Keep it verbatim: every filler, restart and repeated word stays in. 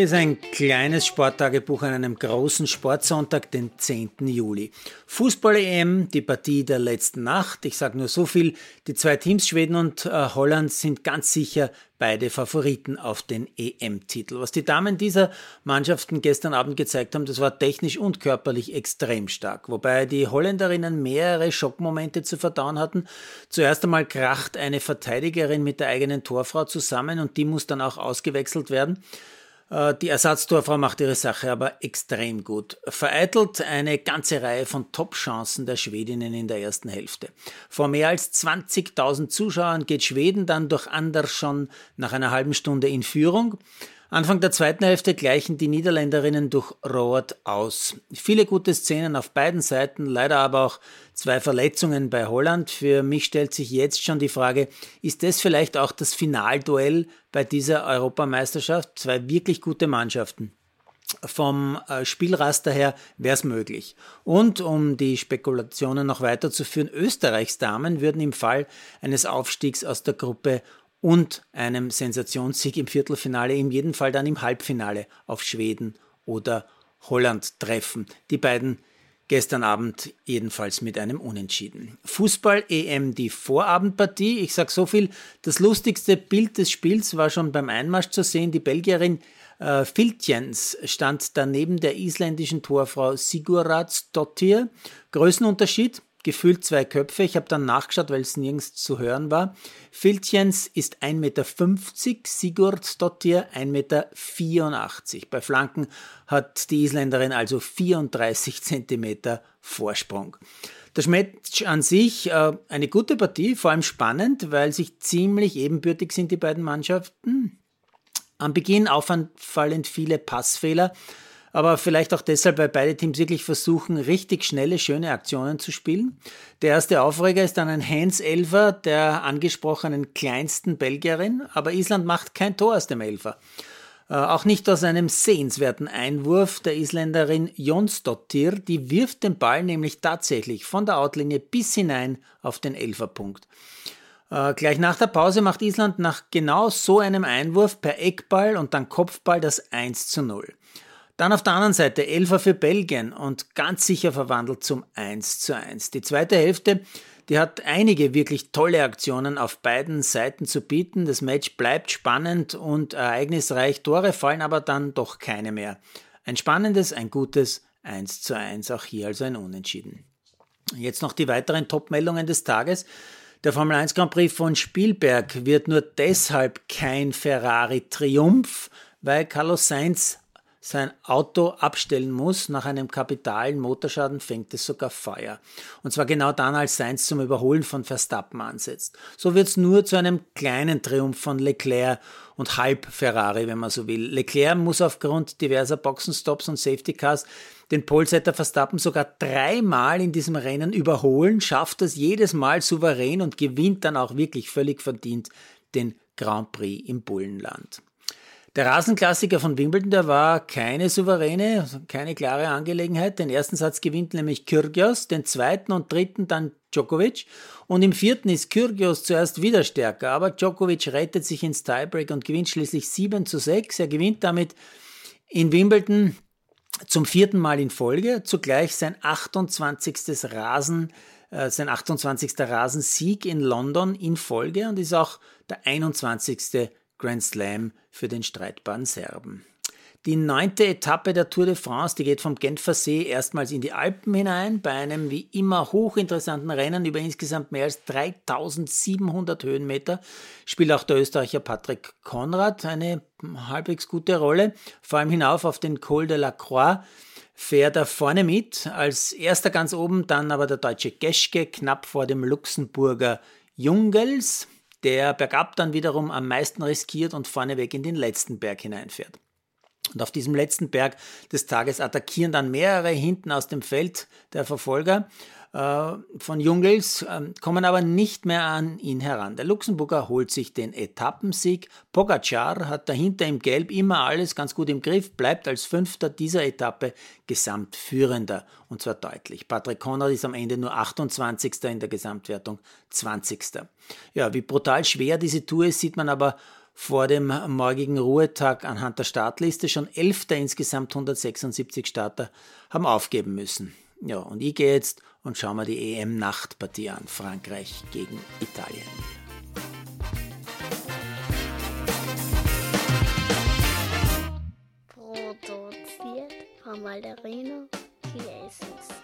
Hier ist ein kleines Sporttagebuch an einem großen Sportsonntag, den zehnten Juli. Fußball-E M, die Partie der letzten Nacht. Ich sage nur so viel, die zwei Teams Schweden und äh, Holland sind ganz sicher beide Favoriten auf den E M-Titel. Was die Damen dieser Mannschaften gestern Abend gezeigt haben, das war technisch und körperlich extrem stark. Wobei die Holländerinnen mehrere Schockmomente zu verdauen hatten. Zuerst einmal kracht eine Verteidigerin mit der eigenen Torfrau zusammen und die muss dann auch ausgewechselt werden. Die Ersatztorfrau macht ihre Sache aber extrem gut. Vereitelt eine ganze Reihe von Top-Chancen der Schwedinnen in der ersten Hälfte. Vor mehr als zwanzigtausend Zuschauern geht Schweden dann durch Andersson nach einer halben Stunde in Führung. Anfang der zweiten Hälfte gleichen die Niederländerinnen durch Roord aus. Viele gute Szenen auf beiden Seiten, leider aber auch zwei Verletzungen bei Holland. Für mich stellt sich jetzt schon die Frage, ist das vielleicht auch das Finalduell bei dieser Europameisterschaft? Zwei wirklich gute Mannschaften. Vom Spielraster her wäre es möglich. Und um die Spekulationen noch weiterzuführen, Österreichs Damen würden im Fall eines Aufstiegs aus der Gruppe und einem Sensationssieg im Viertelfinale, in jedem Fall dann im Halbfinale auf Schweden oder Holland treffen. Die beiden gestern Abend jedenfalls mit einem Unentschieden. Fußball-E M, die Vorabendpartie. Ich sage so viel, das lustigste Bild des Spiels war schon beim Einmarsch zu sehen. Die Belgierin äh, Filtjens stand daneben der isländischen Torfrau Sigurðardóttir. Größenunterschied? Gefühlt zwei Köpfe. Ich habe dann nachgeschaut, weil es nirgends zu hören war. Filtjens ist ein Meter fünfzig, Sigurðardóttir ein Meter vierundachtzig. Bei Flanken hat die Isländerin also vierunddreißig Zentimeter Vorsprung. Das Match an sich äh, eine gute Partie, vor allem spannend, weil sich ziemlich ebenbürtig sind die beiden Mannschaften. Am Beginn auffallend viele Passfehler. Aber vielleicht auch deshalb, weil beide Teams wirklich versuchen, richtig schnelle, schöne Aktionen zu spielen. Der erste Aufreger ist dann ein Hands-Elfer der angesprochenen kleinsten Belgierin, aber Island macht kein Tor aus dem Elfer. Äh, auch nicht aus einem sehenswerten Einwurf der Isländerin Jónsdóttir, die wirft den Ball nämlich tatsächlich von der Outlinie bis hinein auf den Elferpunkt. Äh, gleich nach der Pause macht Island nach genau so einem Einwurf per Eckball und dann Kopfball das eins zu null. Dann auf der anderen Seite Elfer für Belgien und ganz sicher verwandelt zum eins zu eins. Die zweite Hälfte, die hat einige wirklich tolle Aktionen auf beiden Seiten zu bieten. Das Match bleibt spannend und ereignisreich. Tore fallen aber dann doch keine mehr. Ein spannendes, ein gutes eins zu eins, auch hier also ein Unentschieden. Jetzt noch die weiteren Top-Meldungen des Tages. Der Formel eins Grand Prix von Spielberg wird nur deshalb kein Ferrari-Triumph, weil Carlos Sainz sein Auto abstellen muss. Nach einem kapitalen Motorschaden fängt es sogar Feuer. Und zwar genau dann, als Sainz zum Überholen von Verstappen ansetzt. So wird es nur zu einem kleinen Triumph von Leclerc und halb Ferrari, wenn man so will. Leclerc muss aufgrund diverser Boxenstops und Safety Cars den Polesetter Verstappen sogar dreimal in diesem Rennen überholen, schafft es jedes Mal souverän und gewinnt dann auch wirklich völlig verdient den Grand Prix im Bullenland. Der Rasenklassiker von Wimbledon, der war keine souveräne, keine klare Angelegenheit. Den ersten Satz gewinnt nämlich Kyrgios, den zweiten und dritten dann Djokovic. Und im vierten ist Kyrgios zuerst wieder stärker, aber Djokovic rettet sich ins Tiebreak und gewinnt schließlich sieben zu sechs. Er gewinnt damit in Wimbledon zum vierten Mal in Folge, zugleich sein achtundzwanzigstes Rasen, äh, sein achtundzwanzigster Rasensieg in London in Folge und ist auch der einundzwanzigste Grand Slam für den streitbaren Serben. Die neunte Etappe der Tour de France, die geht vom Genfersee erstmals in die Alpen hinein, bei einem wie immer hochinteressanten Rennen über insgesamt mehr als dreitausendsiebenhundert Höhenmeter spielt auch der Österreicher Patrick Konrad eine halbwegs gute Rolle, vor allem hinauf auf den Col de la Croix fährt er vorne mit, als erster ganz oben dann aber der deutsche Geschke knapp vor dem Luxemburger Jungels, der bergab dann wiederum am meisten riskiert und vorneweg in den letzten Berg hineinfährt. Und auf diesem letzten Berg des Tages attackieren dann mehrere hinten aus dem Feld der Verfolger äh, von Jungels, äh, kommen aber nicht mehr an ihn heran. Der Luxemburger holt sich den Etappensieg. Pogačar hat dahinter im Gelb immer alles ganz gut im Griff, bleibt als Fünfter dieser Etappe Gesamtführender und zwar deutlich. Patrick Konrad ist am Ende nur achtundzwanzigster in der Gesamtwertung, zwanzigster Ja, wie brutal schwer diese Tour ist, sieht man aber vor dem morgigen Ruhetag anhand der Startliste. Schon elf der insgesamt hundertsechsundsiebzig Starter haben aufgeben müssen. Ja, und ich gehe jetzt und schaue mir die E M-Nachtpartie an. Frankreich gegen Italien. Produziert von Malderino Chiesens.